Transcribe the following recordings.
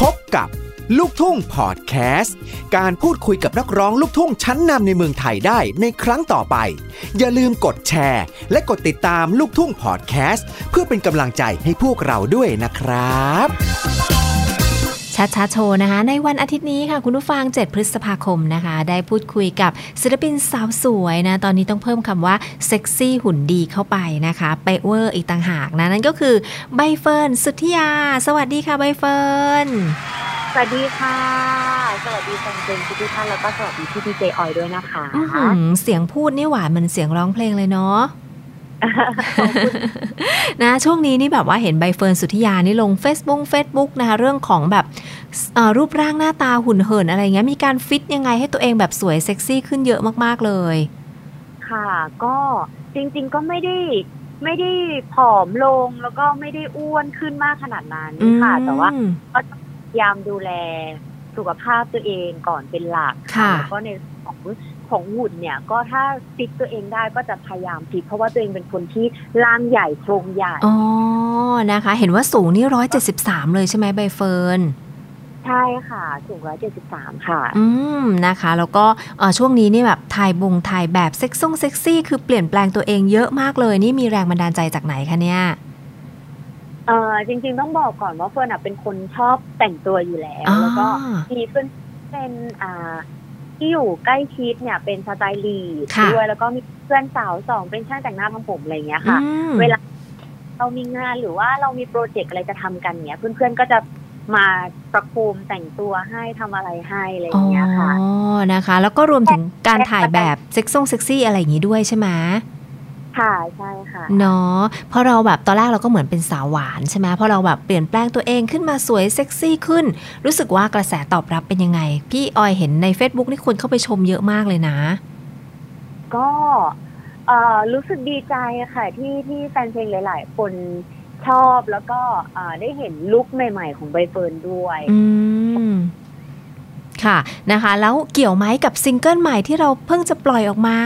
บกับลูกทุ่งพอดแคสต์การพูดคุยกับนักร้องลูกทุ่งชั้นนำในเมืองไทยได้ในครั้งต่อไปอย่าลืมกดแชร์และกดติดตามลูกทุ่งพอดแคสต์เพื่อเป็นกำลังใจให้พวกเราด้วยนะครับชัดๆโชว์นะคะในวันอาทิตย์นี้ค่ะคุณผู้ฟัง7พฤษภาคมนะคะได้พูดคุยกับศิลปินสาวสวยนะตอนนี้ต้องเพิ่มคำว่าเซ็กซี่หุ่นดีเข้าไปนะคะเป๊ะเวอร์อีกต่างหากนะนั่นก็คือใบเฟิร์นสุทธิยาสวัสดีค่ะใบเฟิร์นสวัสดีค่ะสวัสดีแฟนเพลงทุกท่านแล้วก็สวัสดีพี่ดีเจออยด้วยนะคะเสียงพูดนี่หวานเหมือนเสียงร้องเพลงเลยเนาะนะช่วงนี้นี่แบบว่าเห็นใบเฟิร์นสุทธิยานี่ลง Facebook นะคะเรื่องของแบบรูปร่างหน้าตาหุ่นเหินอะไรเงี้ยมีการฟิตยังไงให้ตัวเองแบบสวยเซ็กซี่ขึ้นเยอะมากๆเลยค่ะก็จริงๆก็ไม่ได้ผอมลงแล้วก็ไม่ได้อ้วนขึ้นมากขนาดนั้นค่ะแต่ว่าก็พยายามดูแลสุขภาพตัวเองก่อนเป็นหลักค่ะแล้วก็ในของหุ่นเนี่ยก็ถ้าฟิตตัวเองได้ก็จะพยายามฟิตเพราะว่าตัวเองเป็นคนที่ร่างใหญ่โครงใหญ่อ๋อนะคะเห็นว่าสูงนี่173เลยใช่ไหมใบเฟิร์นใช่ค่ะสูง173ค่ะนะคะแล้วก็ช่วงนี้นี่แบบถ่ายแบบเซ็กซี่คือเปลี่ยนแปลงตัวเองเยอะมากเลยนี่มีแรงบันดาลใจจากไหนคะเนี่ยจริงๆต้องบอกก่อนว่าเฟิร์นเป็นคนชอบแต่งตัวอยู่แล้วแล้วก็มีเพื่อนเป็นที่อยู่ใกล้ชิดเนี่ยเป็นสไตลิสต์ด้วยแล้วก็มีเพื่อนสาว2เป็นช่างแต่งหน้าทำผมอะไรเงี้ยค่ะเวลาเรามีงานหรือว่าเรามีโปรเจกต์อะไรจะทำกันเนี่ยเพื่อนๆก็จะมาประโคมแต่งตัวให้ทำอะไรให้อะไรเงี้ยค่ะอ๋อนะคะแล้วก็รวมถึงการถ่ายแบบเซ็กซี่อะไรอย่างงี้ด้วยใช่ไหมค่ะใช่ค่ะเนาะเพราะเราแบบตอนแรกเราก็เหมือนเป็นสาวหวานใช่ไหมพอเราแบบเปลี่ยนแปลงตัวเองขึ้นมาสวยเซ็กซี่ขึ้นรู้สึกว่ากระแสตอบรับเป็นยังไงพี่ออยเห็นใน Facebook นี่คนเข้าไปชมเยอะมากเลยนะก็รู้สึกดีใจค่ะที่แฟนเพลงหลายๆคนชอบแล้วก็ได้เห็นลุคใหม่ๆของใบเฟิร์นด้วยค่ะนะคะแล้วเกี่ยวไหมกับซิงเกิลใหม่ที่เราเพิ่งจะปล่อยออกมา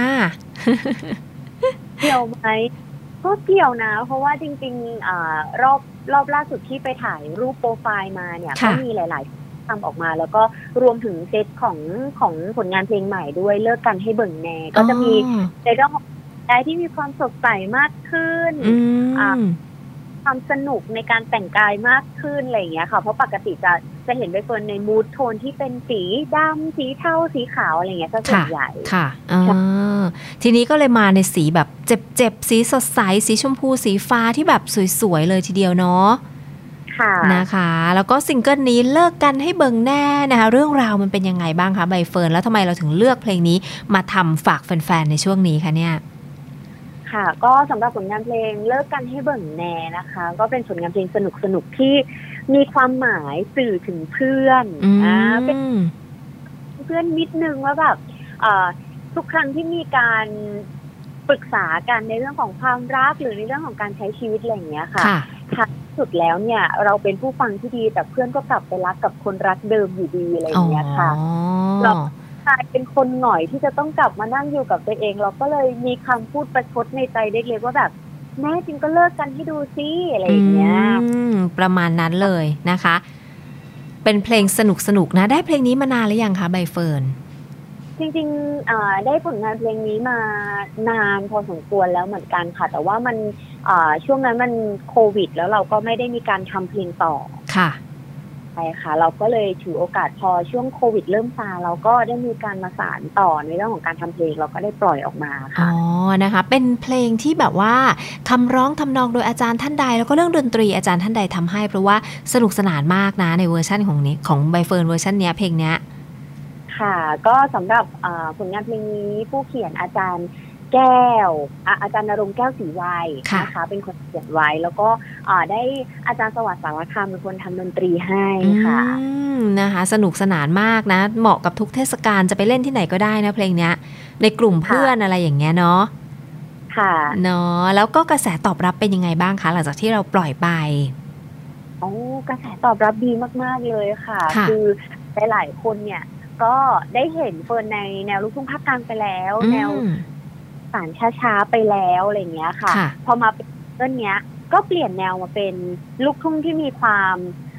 เกี่ยวไหมก็เกี่ยวนะเพราะว่าจริงๆรอบล่าสุดที่ไปถ่ายรูปโปรไฟล์มาเนี่ยก็มีหลายๆทำออกมาแล้วก็รวมถึงเซตของผลงานเพลงใหม่ด้วยเลิกกันให้เบิ่งแน่ก็จะมีในเรื่องของใจที่มีความสดใสมากขึ้นความสนุกในการแต่งกายมากขึ้นอะไรอย่างเงี้ยค่ะเพราะปกติจะเห็นใบเฟิร์นในมูดโทนที่เป็นสีดำสีเทาสีขาวอะไรอย่างเงี้ยซะส่วนใหญ่ค่ะทีนี้ก็เลยมาในสีแบบเจ็บสีสดใสสีชมพูสีฟ้าที่แบบสวยๆเลยทีเดียวเนาะค่ะนะคะแล้วก็ซิงเกิลนี้เลิกกันให้เบิ่งแน่นะคะเรื่องราวมันเป็นยังไงบ้างคะใบเฟิร์นแล้วทำไมเราถึงเลือกเพลงนี้มาทำฝากแฟนๆในช่วงนี้คะเนี่ยค่ะก็สำหรับผลงานเพลงเลิกกันให้เบิ่งแน่นะคะก็เป็นผลงานเพลงสนุกที่มีความหมายสื่อถึงเพื่อนเป็นเพื่อนนิดนึงว่าแบบทุกครั้งที่มีการปรึกษากันในเรื่องของความรักหรือในเรื่องของการใช้ชีวิตอะไรอย่างเงี้ยค่ะท้ายสุดแล้วเนี่ยเราเป็นผู้ฟังที่ดีแต่เพื่อนก็กลับไปรักกับคนรักเดิมอยู่ดีอะไรอย่างเงี้ยค่ะเรากลายเป็นคนหน่อยที่จะต้องกลับมานั่งอยู่กับตัวเองเราก็เลยมีคำพูดประชดในใจเล็กๆว่าแบบแน่จริงก็เลิกกันให้ดูซิอะไรอย่างเงี้ยประมาณนั้นเลยนะคะเป็นเพลงสนุกนะได้เพลงนี้มานานหรือยังคะใบเฟิร์นจริงๆได้ผลงานเพลงนี้มานานพอสมควรแล้วเหมือนกันค่ะแต่ว่ามันช่วงนั้นมันโควิดแล้วเราก็ไม่ได้มีการทำเพลงต่อค่ะใช่ค่ะเราก็เลยถือโอกาสพอช่วงโควิดเริ่มซาเราก็ได้มีการมาสานต่อในเรื่องของการทำเพลงเราก็ได้ปล่อยออกมาค่ะอ๋อนะคะเป็นเพลงที่แบบว่าคำร้องทำนองโดยอาจารย์ท่านใดแล้วก็เรื่องดนตรีอาจารย์ท่านใดทำให้เพราะว่าสนุกสนานมากนะในเวอร์ชันของใบเฟิร์นเวอร์ชันเนี้ยเพลงเนี้ยค่ะก็สำหรับผลงานเพลงนี้ผู้เขียนอาจารย์แก้วอาจารย์ณรงค์แก้วศรีไวยนะคะเป็นคนเขียนไว้แล้วก็ได้อาจารย์สวัสดิ์สารคามเป็นคนทำดนตรีให้ค่ะนะคะสนุกสนานมากนะเหมาะกับทุกเทศกาลจะไปเล่นที่ไหนก็ได้นะเพลงเนี้ยในกลุ่มเพื่อนอะไรอย่างเงี้ยเนาะค่ะเนาะแล้วก็กระแสตอบรับเป็นยังไงบ้างคะหลังจากที่เราปล่อยไปกระแสตอบรับดีมากๆเลยค่ะคือหลายๆคนเนี่ยก็ได้เห็นเฟิร์นในแนวลูกทุ่งภาคกลางไปแล้วแนวสารช้าๆไปแล้วอะไรเงี้ยค่ะพอมาเป็นเรื่องเนี้ยก็เปลี่ยนแนวมาเป็นลูกทุ่งที่มีความ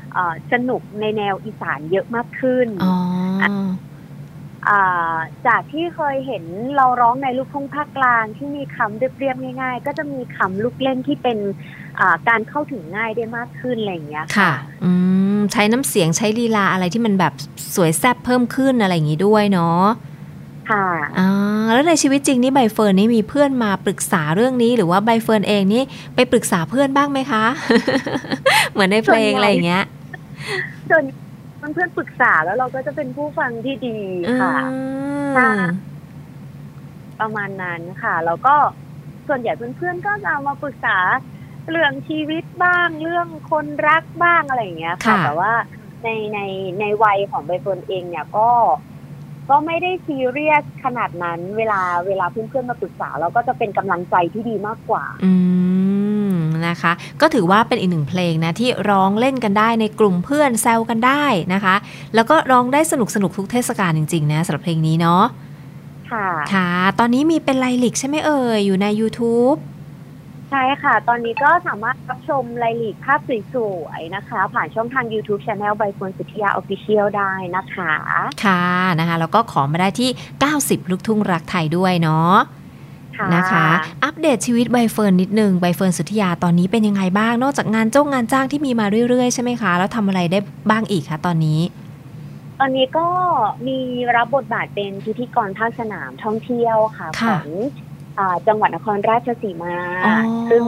สนุกในแนวอีสานเยอะมากขึ้นจากที่เคยเห็นเราร้องในลูกทุ่งภาคกลางที่มีคำเรียบๆง่ายๆก็จะมีคำลูกเล่นที่เป็นการเข้าถึงง่ายได้มากขึ้นอะไรอย่างเงี้ยค่ะใช้น้ำเสียงใช้ลีลาอะไรที่มันแบบสวยแซ่บเพิ่มขึ้นอะไรอย่างงี้ด้วยเนาะค่ะแล้วในชีวิตจริงนี่ใบเฟิร์นนี่มีเพื่อนมาปรึกษาเรื่องนี้หรือว่าใบเฟิร์นเองนี่ไปปรึกษาเพื่อนบ้างไหมคะ เหมือนในเพลงอะไรอย่างเงี้ยส่วนเพื่อนปรึกษาแล้วเราก็จะเป็นผู้ฟังที่ดีค่ะประมาณนั้นค่ะแล้วก็ส่วนใหญ่เพื่อนๆก็จะมาปรึกษาเรื่องชีวิตบ้างเรื่องคนรักบ้างอะไรอย่างเงี้ยค่ะแต่ว่าในวัยของใบเฟิร์นเองเนี่ยก็ไม่ได้ซีเรียสขนาดนั้นเวลาเพื่อนๆมาปรึกษาเราก็จะเป็นกำลังใจที่ดีมากกว่านะคะก็ถือว่าเป็นอีกหนึ่งเพลงนะที่ร้องเล่นกันได้ในกลุ่มเพื่อนแซวกันได้นะคะแล้วก็ร้องได้สนุกทุกเทศกาลจริงๆนะสำหรับเพลงนี้เนาะค่ะตอนนี้มีเป็นไลลิกใช่ไหมเอ่ยอยู่ใน YouTube ใช่ค่ะตอนนี้ก็สามารถรับชมไลลิกภาพสวยๆนะคะผ่านช่องทาง YouTube Channel ใบเฟิร์นสุทธิยา Official ได้นะคะค่ะนะคะแล้วก็ขอมาได้ที่90ลูกทุ่งรักไทยด้วยเนาะนะคะอัปเดตชีวิตใบเฟิร์นนิดนึงใบเฟิร์นสุทธิยาตอนนี้เป็นยังไงบ้างนอกจากงานจ้างที่มีมาเรื่อยๆใช่ไหมคะแล้วทำอะไรได้บ้างอีกคะตอนนี้ก็มีรับบทบาทเป็นพิธีกรภาคสนามท่องเที่ยวค่ะของจังหวัดนครราชสีมาซึ่ง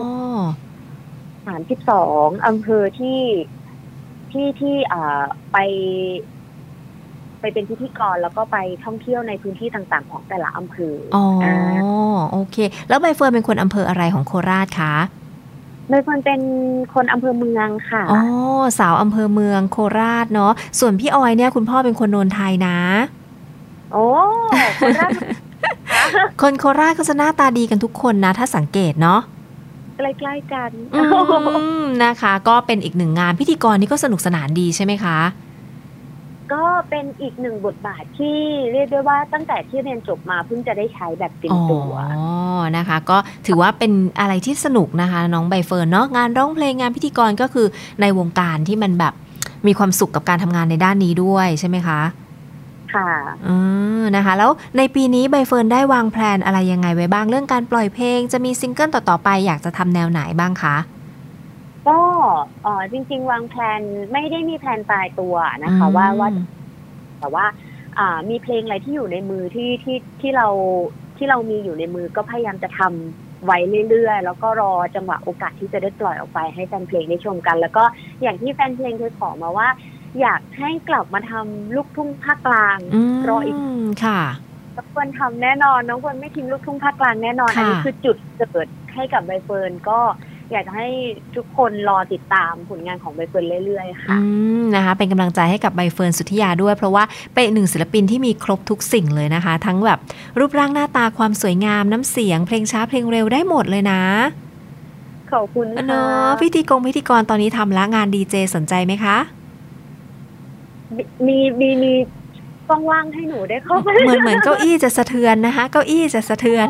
32อำเภอที่ไปเป็นพิธีกรแล้วก็ไปท่องเที่ยวในพื้นที่ต่างๆของแต่ละอำเภอโอเคแล้วใบเฟิร์นเป็นคนอำเภออะไรของโคราชคะใบเฟิร์นเป็นคนอำเภอเมืองค่ะสาวอำเภอเมืองโคราชเนาะส่วนพี่ออยเนี่ยคุณพ่อเป็นคนโนนไทยนะโโคราชคนโคราชก็จะหน้าตาดีกันทุกคนนะถ้าสังเกตเนาะใกล้ๆกันนะคะก็เป็นอีกหนึ่งงานพิธีกรนี่ก็สนุกสนานดีใช่ไหมคะก็เป็นอีกหนึ่งบทบาทที่เรียกได้ว่าตั้งแต่ที่เรียนจบมาเพิ่งจะได้ใช้แบบเต็มตัวนะคะก็ถือว่าเป็นอะไรที่สนุกนะคะน้องใบเฟิร์นเนาะงานร้องเพลงงานพิธีกรก็คือในวงการที่มันแบบมีความสุขกับการทำงานในด้านนี้ด้วยใช่ไหมคะค่ะนะคะแล้วในปีนี้ใบเฟิร์นได้วางแผนอะไรยังไงไว้บ้างเรื่องการปล่อยเพลงจะมีซิงเกิลต่อๆไปอยากจะทำแนวไหนบ้างคะก็จริงๆวางแผนไม่ได้มีแผนตายตัวนะคะว่าแต่ว่ามีเพลงอะไรที่อยู่ในมือที่เรามีอยู่ในมือก็พยายามจะทำไว้เรื่อยๆแล้วก็รอจังหวะโอกาสที่จะได้ปล่อยออกไปให้แฟนเพลงได้ชมกันแล้วก็อย่างที่แฟนเพลงเคยขอมาว่าอยากให้กลับมาทำลูกทุ่งภาคกลางรออีกค่ะน้องเฟิร์นทำแน่นอนน้องเฟิร์นไม่ทิ้งลูกทุ่งภาคกลางแน่นอนอันนี้คือจุดเกิดให้กับใบเฟิร์นก็อยากจะให้ทุกคนรอติดตามผลงานของใบเฟิร์นเรื่อยๆค่ะนะคะเป็นกำลังใจให้กับใบเฟิร์นสุทธิยาด้วยเพราะว่าเป็นหนึ่งศิลปินที่มีครบทุกสิ่งเลยนะคะทั้งแบบรูปร่างหน้าตาความสวยงามน้ำเสียงเพลงช้าเพลงเร็วได้หมดเลยนะขอบคุณค่ะเนาะพิธีกรตอนนี้ทำแล้วงานดีเจสนใจไหมคะมีว่างๆให้หนูได้เข้าไปเหมือนเก้าอี้จะสะเทือนนะคะเก้าอี้จะสะเทือน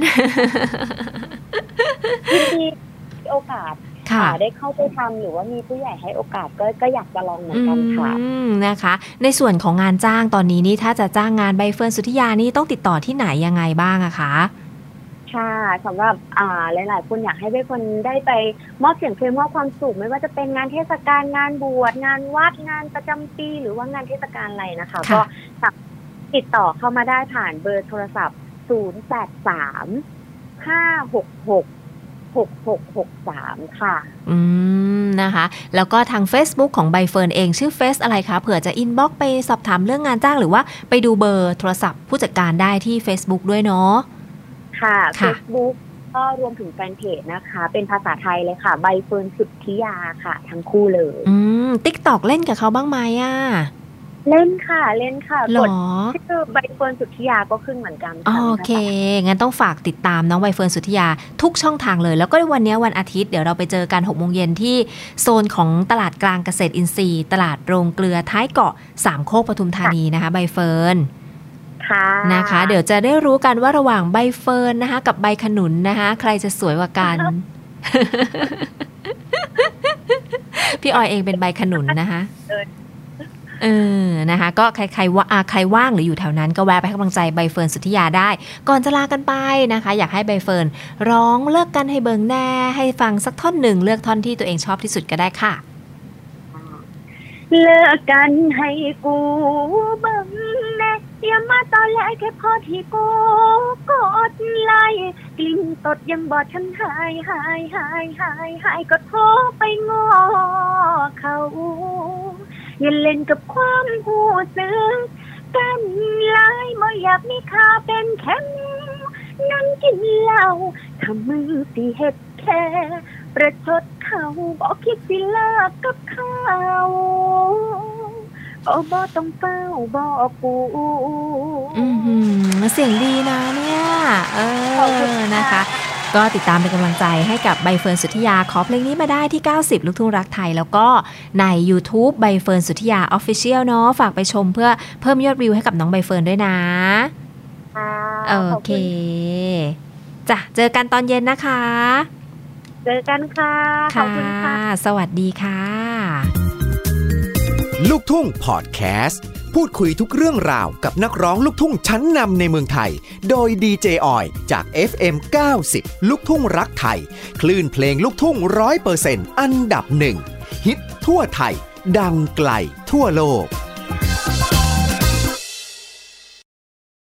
มีโอกาสได้เข้าไปทำหรือว่ามีผู้ใหญ่ให้โอกาสก็อยากจะลองเหมือนกันค่ะนะคะในส่วนของงานจ้างตอนนี้นี่ถ้าจะจ้างงานใบเฟิร์นสุทธิยานี่ต้องติดต่อที่ไหนยังไงบ้างอะคะค่ะสำหรับหลายๆคนอยากให้ใบเฟิร์นได้ไปมอบเสียงเพลงมอบความสุขไม่ว่าจะเป็นงานเทศกาลงานบวชงานวัดงานประจำปีหรือว่างานเทศกาลอะไรนะคะก็ติดต่อเข้ามาได้ผ่านเบอร์โทรศัพท์083-566-6663ค่ะนะคะแล้วก็ทาง Facebook ของใบเฟิร์นเองชื่อเฟซอะไรคะเผื่อจะอินบ็อกซ์ไปสอบถามเรื่องงานจ้างหรือว่าไปดูเบอร์โทรศัพท์ผู้จัดการได้ที่ Facebook ด้วยเนาะค่ะ Facebook ก็รวมถึงแฟนเพจนะคะเป็นภาษาไทยเลยค่ะใบเฟิร์นสุทธิยาค่ะทั้งคู่เลย TikTok เล่นกับเขาบ้างไหมอ่ะเล่นค่ะกดชื่อใบเฟิร์นสุทธิยาก็ขึ้นเหมือนกันโอเคงั้นต้องฝากติดตามน้องใบเฟิร์นสุทธิยาทุกช่องทางเลยแล้วก็วันนี้วันอาทิตย์เดี๋ยวเราไปเจอกัน 6:00 นที่โซนของตลาดกลางเกษตรอินทรีย์ตลาดโรงเกลือท้ายเกาะสามโคกปทุมธานีนะคะใบเฟิร์นนะคะเดี๋ยวจะได้รู้กันว่าระหว่างใบเฟิร์นนะคะกับใบขนุนนะคะใครจะสวยกว่ากันพี่ออยเองเป็นใบขนุนนะคะนะคะก็ใครว่างหรืออยู่แถวนั้นก็แวะไปให้กำลังใจใบเฟิร์นสุทธิยาได้ก่อนจะลากันไปนะคะอยากให้ใบเฟิร์นร้องเลิกกันให้เบิ่งแน่ให้ฟังสักท่อนหนึ่งเลือกท่อนที่ตัวเองชอบที่สุดก็ได้ค่ะเลิกกันให้กูเบิ่งแน่อย่ามาตอนแรกแค่พอที่กูกดไลค์กลิ่นตดยังบอดฉันหายก็โทรไปง้อเขาอย่าเล่นกับความหูซึ้งกันหลายบ่อยากมีค่าเป็นแค่นั่นกินเหล้าถ้ามึงสิเฮ็ดแค่ประชดเขาบอกคิดสิเลิกกับเขาบ่ต้องเฝ้าบ่ปูเสียงดีนะเนี่ยนะคะก็ติดตามเป็นกำลังใจให้กับใบเฟิร์นสุทธิยาขอเพลงนี้มาได้ที่90ลูกทุ่งรักไทยแล้วก็ใน YouTube ใบเฟิร์นสุทธิยา Official เนาะฝากไปชมเพื่อเพิ่มยอดวิวให้กับน้องใบเฟิร์นด้วยนะโอเคจ้ะเจอกันตอนเย็นนะคะเจอกันค่ะขอบคุณค่ะสวัสดีค่ะลูกทุ่งพอดแคสต์พูดคุยทุกเรื่องราวกับนักร้องลูกทุ่งชั้นนำในเมืองไทยโดยดีเจออยจาก FM 90ลูกทุ่งรักไทยคลื่นเพลงลูกทุ่ง 100% อันดับ1ฮิตทั่วไทยดังไกลทั่วโลก